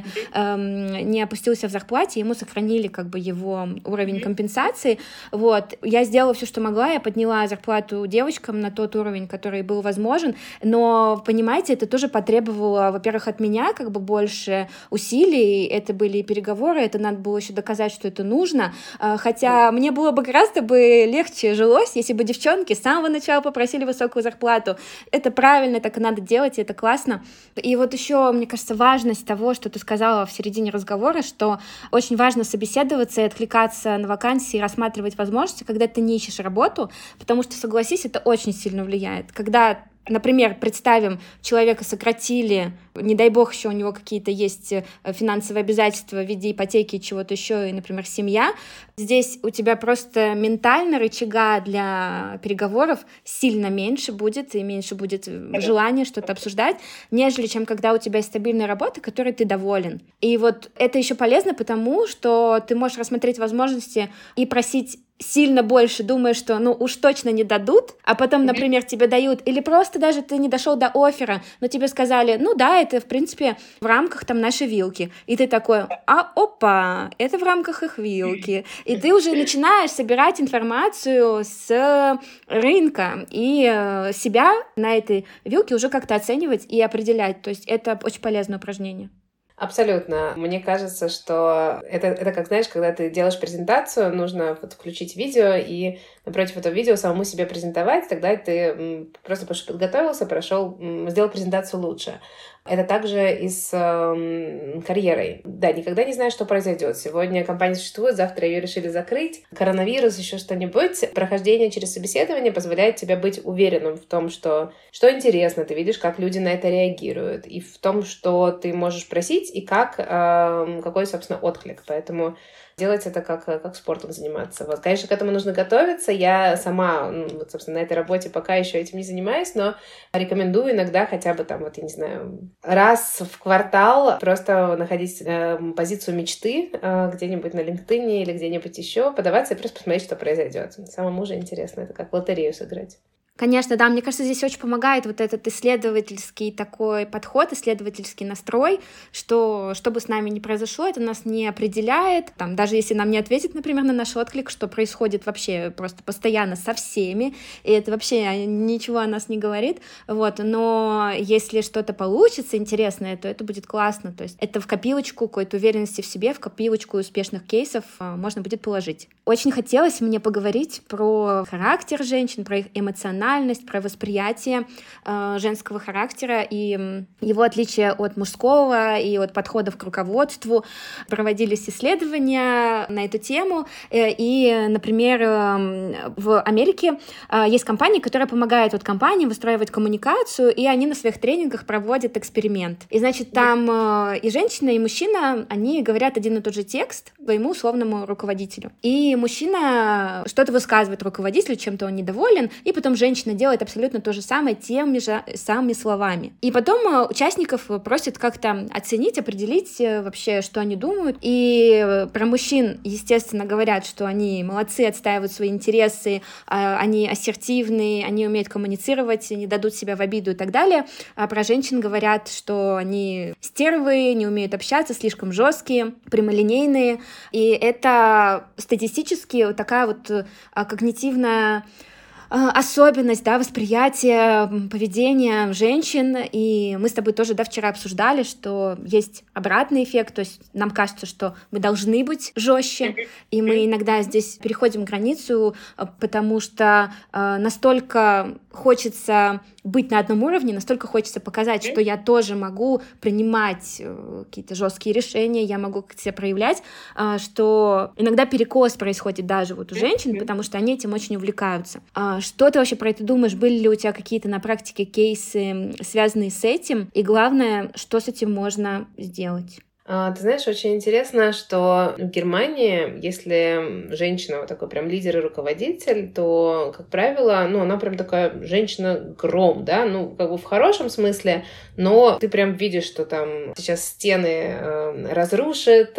не опустился в зарплате, ему сохранили как бы его уровень компенсации. Вот. Я сделала все, что могла, я подняла зарплату девочкам на тот уровень, который был возможен, но, понимаете, это тоже потребовало, во-первых, от меня как бы больше усилий, это были переговоры, это надо было еще доказать, что это нужно, хотя мне было бы гораздо легче жилось, если бы девчонки с самого начала попросили высокую зарплату. Это правильно, так и надо делать, и это классно. И вот еще, мне кажется, важность того, что ты сказала в середине разговора, что очень важно собеседоваться и откликаться на вакансии, рассматривать возможности, когда ты не ищешь работу, потому что, согласись, это очень сильно влияет. Когда, например, представим, человека сократили, не дай бог, еще у него какие-то есть финансовые обязательства в виде ипотеки и чего-то еще, и, например, семья. Здесь у тебя просто ментально рычага для переговоров сильно меньше будет, и меньше будет желания что-то обсуждать, нежели чем когда у тебя есть стабильная работа, которой ты доволен. И вот это еще полезно, потому что ты можешь рассмотреть возможности и просить сильно больше, думая, что уж точно не дадут, а потом, например, тебе дают, или просто даже ты не дошел до оффера, но тебе сказали, да, это, в принципе, в рамках там нашей вилки. И ты такой, опа, это в рамках их вилки. И ты уже начинаешь собирать информацию с рынка и себя на этой вилке уже как-то оценивать и определять. То есть это очень полезное упражнение. Абсолютно. Мне кажется, что это как, знаешь, когда ты делаешь презентацию, нужно включить видео и напротив этого видео самому себе презентовать, тогда ты просто подготовился, сделал презентацию лучше. Это также и с карьерой. Да, никогда не знаешь, что произойдет. Сегодня компания существует, завтра ее решили закрыть. Коронавирус, еще что-нибудь. Прохождение через собеседование позволяет тебе быть уверенным в том, что интересно, ты видишь, как люди на это реагируют, и в том, что ты можешь просить, и какой, собственно, отклик. Поэтому делать это как спортом заниматься. Вот, конечно, к этому нужно готовиться. Я сама, собственно, на этой работе пока еще этим не занимаюсь, но рекомендую иногда хотя бы я не знаю, раз в квартал просто находить позицию мечты где-нибудь на LinkedIn или где-нибудь еще, подаваться и просто посмотреть, что произойдет. Самому же интересно, это как в лотерею сыграть. Конечно, да, мне кажется, здесь очень помогает вот этот исследовательский такой подход, исследовательский настрой, что бы с нами ни произошло, это нас не определяет, даже если нам не ответит, например, на наш отклик, что происходит вообще просто постоянно со всеми, и это вообще ничего о нас не говорит, но если что-то получится интересное, то это будет классно, то есть это в копилочку какой-то уверенности в себе, в копилочку успешных кейсов можно будет положить. Очень хотелось мне поговорить про характер женщин, про их эмоциональность, про восприятие женского характера и его отличие от мужского и от подходов к руководству. Проводились исследования на эту тему, и, например, в Америке есть компании, которые помогают компаниям выстраивать коммуникацию, и они на своих тренингах проводят эксперимент. И, значит, там и женщина, и мужчина, они говорят один и тот же текст своему условному руководителю. И мужчина что-то высказывает руководителю, чем-то он недоволен, и потом женщина женщина делает абсолютно то же самое теми же самыми словами. И потом участников просят как-то оценить, определить вообще, что они думают. И про мужчин, естественно, говорят, что они молодцы, отстаивают свои интересы, они ассертивные, они умеют коммуницировать, не дадут себя в обиду и так далее. А про женщин говорят, что они стервы, не умеют общаться, слишком жесткие, прямолинейные. И это статистически вот такая вот когнитивная особенность, да, восприятия поведения женщин, и мы с тобой тоже, да, вчера обсуждали, что есть обратный эффект, то есть нам кажется, что мы должны быть жестче, и мы иногда здесь переходим границу, потому что настолько хочется быть на одном уровне, настолько хочется показать, что я тоже могу принимать какие-то жесткие решения, я могу себя проявлять, что иногда перекос происходит даже вот у женщин, потому что они этим очень увлекаются. Что ты вообще про это думаешь? Были ли у тебя какие-то на практике кейсы, связанные с этим? И главное, что с этим можно сделать? Ты знаешь, очень интересно, что в Германии, если женщина вот такой прям лидер и руководитель, то, как правило, она прям такая женщина-гром, да, как бы в хорошем смысле, но ты прям видишь, что там сейчас стены разрушит,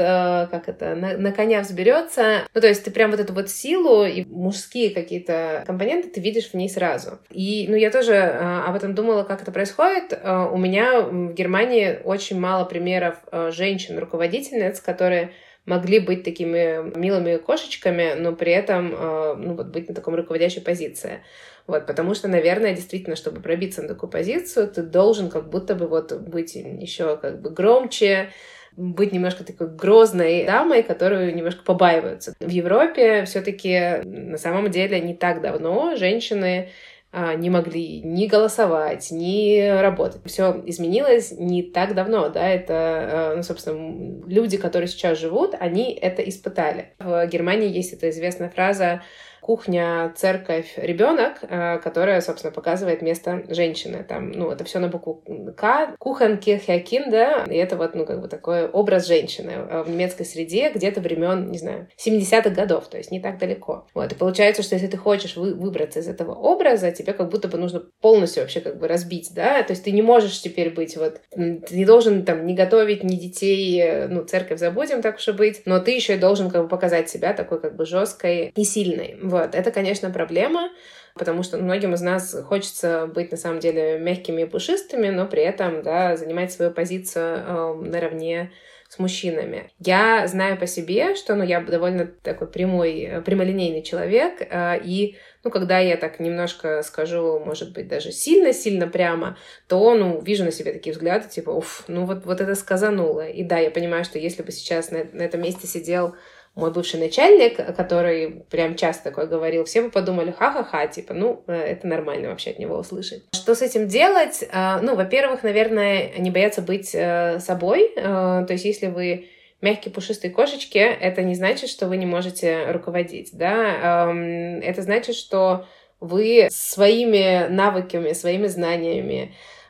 на коня взберется. То есть ты прям вот эту вот силу и мужские какие-то компоненты ты видишь в ней сразу. И, я тоже об этом думала, как это происходит. У меня в Германии очень мало примеров женщин-руководительниц, которые могли быть такими милыми кошечками, но при этом быть на таком руководящей позиции. Потому что, наверное, действительно, чтобы пробиться на такую позицию, ты должен как будто бы быть еще как бы громче, быть немножко такой грозной дамой, которую немножко побаиваются. В Европе все-таки на самом деле не так давно женщины не могли ни голосовать, ни работать. Все изменилось не так давно, да, это, собственно, люди, которые сейчас живут, они это испытали. В Германии есть эта известная фраза «кухня, церковь, ребенок», которая, собственно, показывает место женщины. Там, это все на букву К. Кухен, Кирхе, Кинда. И это такой образ женщины в немецкой среде где-то времен, не знаю, 70-х годов, то есть не так далеко. И получается, что если ты хочешь выбраться из этого образа, тебе как будто бы нужно полностью вообще как бы разбить, да, то есть ты не можешь теперь быть ты не должен там не готовить, ни детей, церковь забудем, так уж и быть, но ты еще и должен как бы показать себя такой как бы жесткой и сильной. Это, конечно, проблема, потому что многим из нас хочется быть, на самом деле, мягкими и пушистыми, но при этом, да, занимать свою позицию наравне с мужчинами. Я знаю по себе, что, я довольно такой прямолинейный человек, и, когда я так немножко скажу, может быть, даже сильно-сильно прямо, то, вижу на себе такие взгляды, типа, вот это сказануло. И да, я понимаю, что если бы сейчас на этом месте сидел мой бывший начальник, который прям часто такое говорил, все бы подумали, ха-ха-ха, типа, это нормально вообще от него услышать. Что с этим делать? Во-первых, наверное, не бояться быть собой. То есть, если вы мягкие пушистые кошечки, это не значит, что вы не можете руководить, да? Это значит, что вы своими навыками, своими знаниями,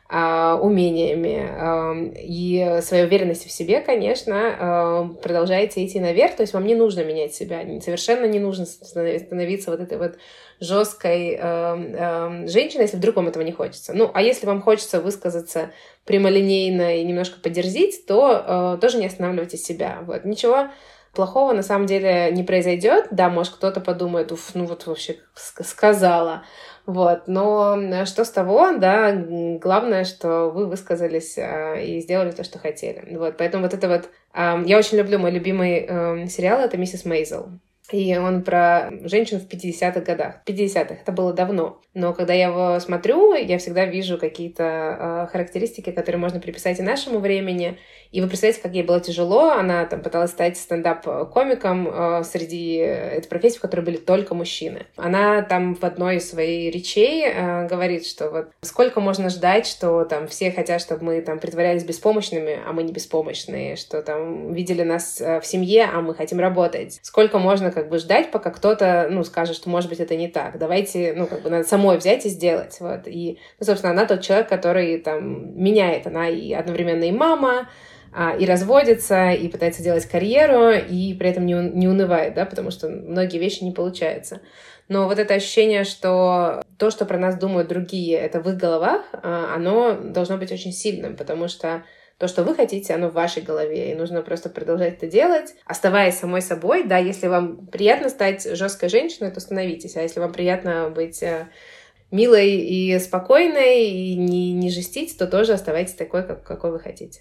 умениями и своей уверенностью в себе, конечно, продолжаете идти наверх, то есть вам не нужно менять себя, совершенно не нужно становиться вот этой вот жесткой женщиной, если вдруг вам этого не хочется. А если вам хочется высказаться прямолинейно и немножко подерзить, то тоже не останавливайте себя. Ничего плохого на самом деле не произойдет. Да, может, кто-то подумает, вообще сказала. Но что с того, да, главное, что вы высказались и сделали то, что хотели. Поэтому я очень люблю, мой любимый сериал — это «Миссис Мейзел». И он про женщин в 50-х годах. 50-х, это было давно. Но когда я его смотрю, я всегда вижу какие-то характеристики, которые можно приписать и нашему времени. И вы представляете, как ей было тяжело. Она там пыталась стать стендап-комиком среди этой профессии, в которой были только мужчины. Она там в одной из своих речей говорит, что сколько можно ждать, что там все хотят, чтобы мы там притворялись беспомощными, а мы не беспомощные, что там видели нас в семье, а мы хотим работать. Сколько можно ждать, пока кто-то, скажет, что, может быть, это не так. Давайте, надо самой взять и сделать. И, собственно, она тот человек, который там меняет. Она и одновременно и мама, и разводится, и пытается делать карьеру, и при этом не унывает, да, потому что многие вещи не получаются. но вот это ощущение, что то, что про нас думают другие, это в их головах, оно должно быть очень сильным, потому что то, что вы хотите, оно в вашей голове, и нужно просто продолжать это делать, оставаясь самой собой. Да, если вам приятно стать жесткой женщиной, то становитесь, а если вам приятно быть милой и спокойной, и не жестить, то тоже оставайтесь такой, какой вы хотите.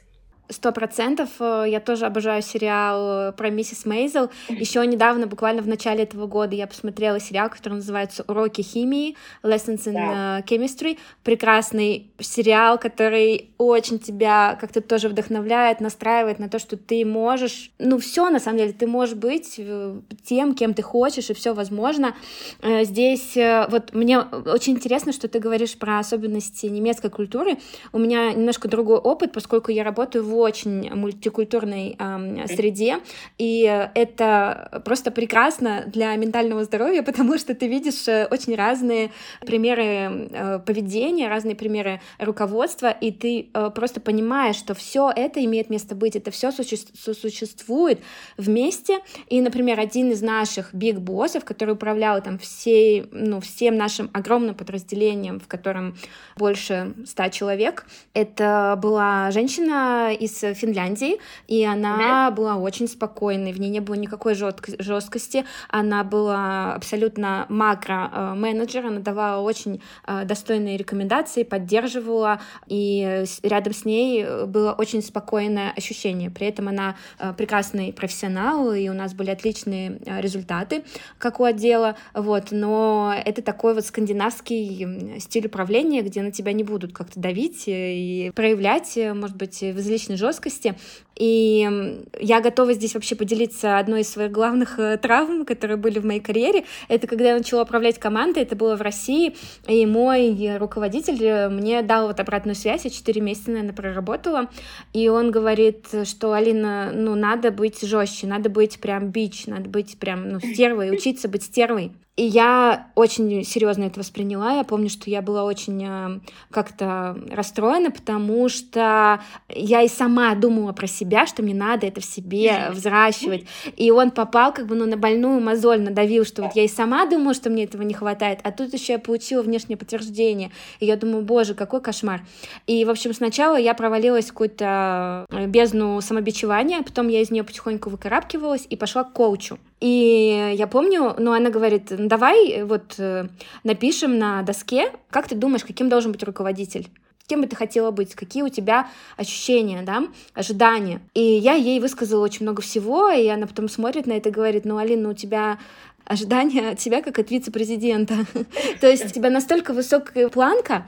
100%. Я тоже обожаю сериал про миссис Мейзел. Еще недавно, буквально в начале этого года, я посмотрела сериал, который называется «Уроки химии», Lessons in Chemistry. Прекрасный сериал, который очень тебя как-то тоже вдохновляет, настраивает на то, что ты можешь... все на самом деле, ты можешь быть тем, кем ты хочешь, и все возможно. Здесь вот мне очень интересно, что ты говоришь про особенности немецкой культуры. У меня немножко другой опыт, поскольку я работаю в очень мультикультурной среде, и это просто прекрасно для ментального здоровья, потому что ты видишь очень разные примеры поведения, разные примеры руководства, и ты просто понимаешь, что все это имеет место быть, это все существует вместе. И, например, один из наших биг-боссов, который управлял там всем нашим огромным подразделением, в котором больше 100 человек, это была женщина из Финляндии, и она была очень спокойной, в ней не было никакой жесткости, она была абсолютно макро-менеджер, она давала очень достойные рекомендации, поддерживала, и рядом с ней было очень спокойное ощущение. При этом она прекрасный профессионал, и у нас были отличные результаты, как у отдела, но это такой вот скандинавский стиль управления, где на тебя не будут как-то давить и проявлять, может быть, в излишней жесткости. И я готова здесь вообще поделиться одной из своих главных травм, которые были в моей карьере. Это когда я начала управлять командой, это было в России, и мой руководитель мне дал вот обратную связь, я 4 месяца, наверное, проработала, и он говорит, что, Алина, надо быть жестче, надо быть прям бич, надо быть прям, стервой, учиться быть стервой. И я очень серьезно это восприняла. Я помню, что я была очень как-то расстроена, потому что я и сама думала про себя, что мне надо это в себе взращивать. И он попал на больную мозоль, надавил, что вот я и сама думала, что мне этого не хватает, а тут еще я получила внешнее подтверждение. И я думаю, боже, какой кошмар. И, в общем, сначала я провалилась в какую-то бездну самобичевания, потом я из нее потихоньку выкарабкивалась и пошла к коучу. И я помню, она говорит, давай вот напишем на доске, как ты думаешь, каким должен быть руководитель? Кем бы ты хотела быть? Какие у тебя ощущения, ожидания? И я ей высказала очень много всего, и она потом смотрит на это и говорит, Алина, у тебя ожидания от тебя как от вице-президента. То есть у тебя настолько высокая планка,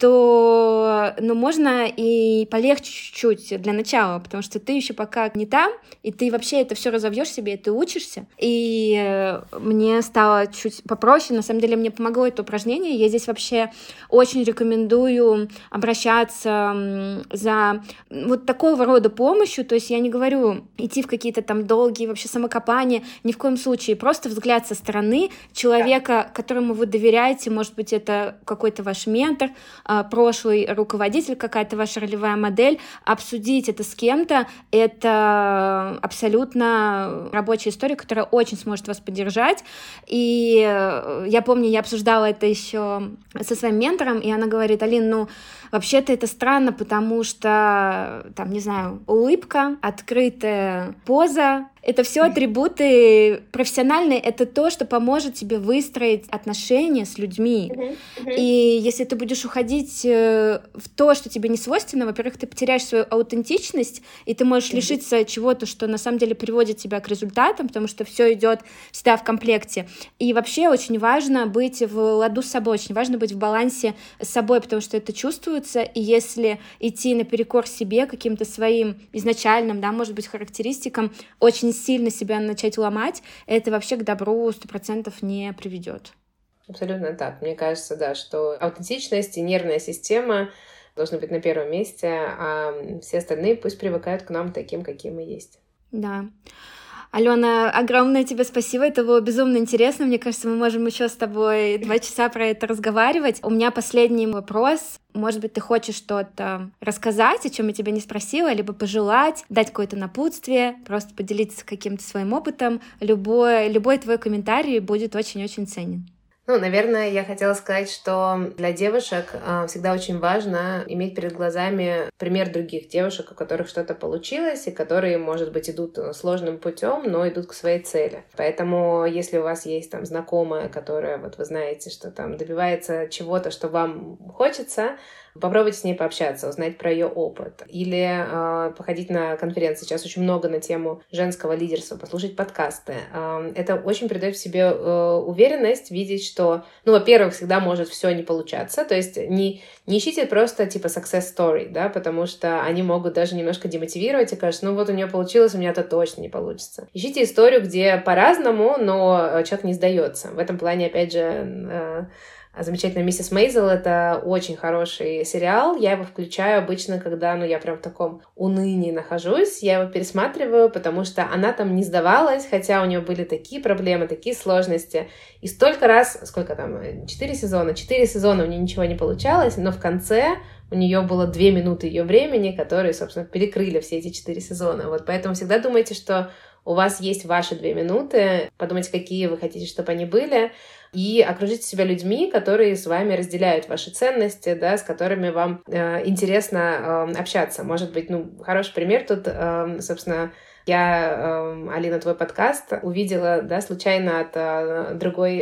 что можно и полегче чуть-чуть для начала, потому что ты еще пока не там, и ты вообще это все разовьешь себе, и ты учишься. И мне стало чуть попроще. На самом деле мне помогло это упражнение. Я здесь вообще очень рекомендую обращаться за вот такого рода помощью. То есть я не говорю идти в какие-то там долгие вообще самокопания, ни в коем случае. Просто взгляд со стороны человека, которому вы доверяете, может быть, это какой-то ваш ментор, прошлый руководитель, какая-то ваша ролевая модель, обсудить это с кем-то, это абсолютно рабочая история, которая очень сможет вас поддержать. И я помню, я обсуждала это еще со своим ментором, и она говорит, Алин, вообще-то это странно, потому что, улыбка, открытая поза, это все атрибуты профессиональные, это то, что поможет тебе выстроить отношения с людьми. И если ты будешь уходить в то, что тебе не свойственно, во-первых, ты потеряешь свою аутентичность, и ты можешь лишиться чего-то, что на самом деле приводит тебя к результатам, потому что все идет всегда в комплекте. И вообще очень важно быть в ладу с собой, очень важно быть в балансе с собой, потому что это чувствуется, и если идти наперекор себе, каким-то своим изначальным, может быть, характеристикам, очень сильно себя начать ломать, это вообще к добру 100% не приведет. Абсолютно так. Мне кажется, да, что аутентичность и нервная система должны быть на первом месте, а все остальные пусть привыкают к нам таким, какие мы есть. Да. Алена, огромное тебе спасибо, это было безумно интересно. Мне кажется, мы можем еще с тобой 2 часа про это разговаривать. У меня последний вопрос. Может быть, ты хочешь что-то рассказать, о чем я тебя не спросила, либо пожелать, дать какое-то напутствие, просто поделиться каким-то своим опытом. Любой твой комментарий будет очень-очень ценен. Наверное, я хотела сказать, что для девушек всегда очень важно иметь перед глазами пример других девушек, у которых что-то получилось, и которые, может быть, идут сложным путем, но идут к своей цели. Поэтому, если у вас есть там знакомая, которая, вот вы знаете, что там добивается чего-то, что вам хочется, попробуйте с ней пообщаться, узнать про ее опыт. Или походить на конференции. Сейчас очень много на тему женского лидерства, послушать подкасты. Это очень придает в себе уверенность, видеть, что, во-первых, всегда может все не получаться. То есть не ищите просто типа success story, да, потому что они могут даже немножко демотивировать и кажется, вот у нее получилось, у меня-то точно не получится. Ищите историю, где по-разному, но человек не сдается. В этом плане, опять же, замечательная «Миссис Мейзел» — это очень хороший сериал. Я его включаю обычно, когда, я прям в таком унынии нахожусь. Я его пересматриваю, потому что она там не сдавалась, хотя у нее были такие проблемы, такие сложности. И столько раз, 4 сезона у нее ничего не получалось, но в конце у нее было 2 минуты ее времени, которые, собственно, перекрыли все эти 4 сезона. Вот поэтому всегда думайте, что у вас есть ваши 2 минуты, подумайте, какие вы хотите, чтобы они были, и окружите себя людьми, которые с вами разделяют ваши ценности, да, с которыми вам интересно общаться. Может быть, хороший пример тут, собственно, я, Алина, твой подкаст увидела, да, случайно от другой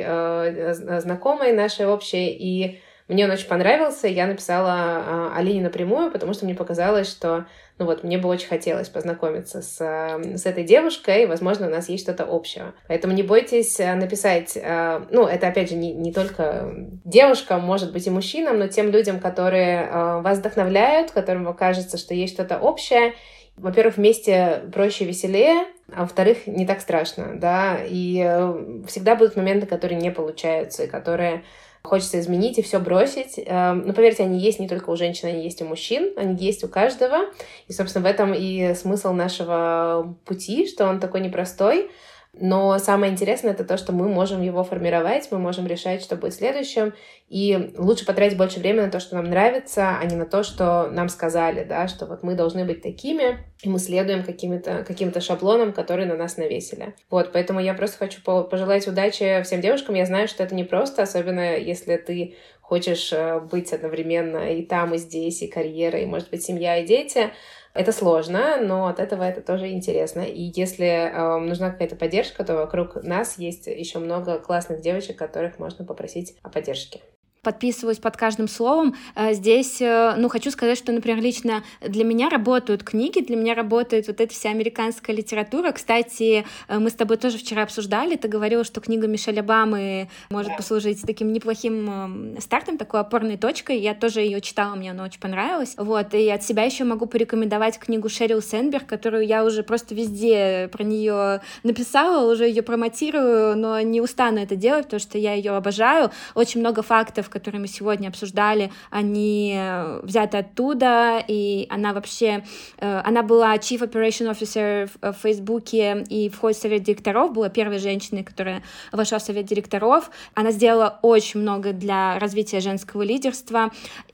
знакомой нашей общей, и мне он очень понравился, я написала Алине напрямую, потому что мне показалось, что мне бы очень хотелось познакомиться с этой девушкой, и, возможно, у нас есть что-то общее. Поэтому не бойтесь написать, это, опять же, не только девушкам, может быть, и мужчинам, но тем людям, которые вас вдохновляют, которым вам кажется, что есть что-то общее. Во-первых, вместе проще и веселее, а во-вторых, не так страшно, да, и всегда будут моменты, которые не получаются, и которые хочется изменить и все бросить. Но, поверьте, они есть не только у женщин, они есть у мужчин, они есть у каждого. И, собственно, в этом и смысл нашего пути, что он такой непростой. Но самое интересное — это то, что мы можем его формировать, мы можем решать, что будет следующим, и лучше потратить больше времени на то, что нам нравится, а не на то, что нам сказали, да, что мы должны быть такими, и мы следуем каким-то шаблонам, которые на нас навесили. Поэтому я просто хочу пожелать удачи всем девушкам. Я знаю, что это непросто, особенно если ты хочешь быть одновременно и там, и здесь, и карьера, и, может быть, семья, и дети. Это сложно, но от этого это тоже интересно. И если нужна какая-то поддержка, то вокруг нас есть еще много классных девочек, которых можно попросить о поддержке. Подписываюсь под каждым словом. Здесь, хочу сказать, что, например, лично для меня работают книги, для меня работает вот эта вся американская литература. Кстати, мы с тобой тоже вчера обсуждали, ты говорила, что книга Мишель Обамы может послужить таким неплохим стартом, такой опорной точкой. Я тоже ее читала, мне она очень понравилась. И от себя еще могу порекомендовать книгу Шерил Сандберг, которую я уже просто везде про нее написала, уже ее промотирую, но не устану это делать, потому что я ее обожаю. Очень много фактов, которые мы сегодня обсуждали, они взяты оттуда, и она вообще, она была Chief Operation Officer в Фейсбуке и входит в совет директоров, была первой женщиной, которая вошла в совет директоров. Она сделала очень много для развития женского лидерства,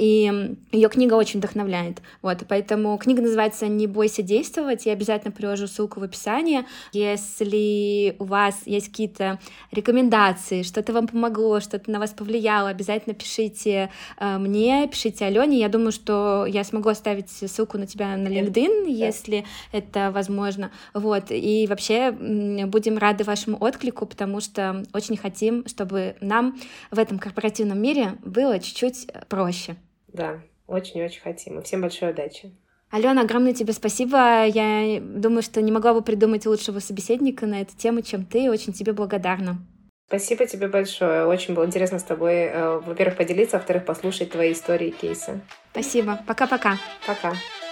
и ее книга очень вдохновляет. Поэтому книга называется «Не бойся действовать», я обязательно приложу ссылку в описании. Если у вас есть какие-то рекомендации, что-то вам помогло, что-то на вас повлияло, обязательно пишите мне, пишите Алене. Я думаю, что я смогу оставить ссылку на тебя на LinkedIn, если это возможно. И вообще будем рады вашему отклику, потому что очень хотим, чтобы нам в этом корпоративном мире было чуть-чуть проще. Да, очень-очень хотим. И всем большой удачи. Алена, огромное тебе спасибо. Я думаю, что не могла бы придумать лучшего собеседника на эту тему, чем ты. Очень тебе благодарна. Спасибо тебе большое. Очень было интересно с тобой, во-первых, поделиться, во-вторых, послушать твои истории и кейсы. Спасибо. Пока-пока. Пока.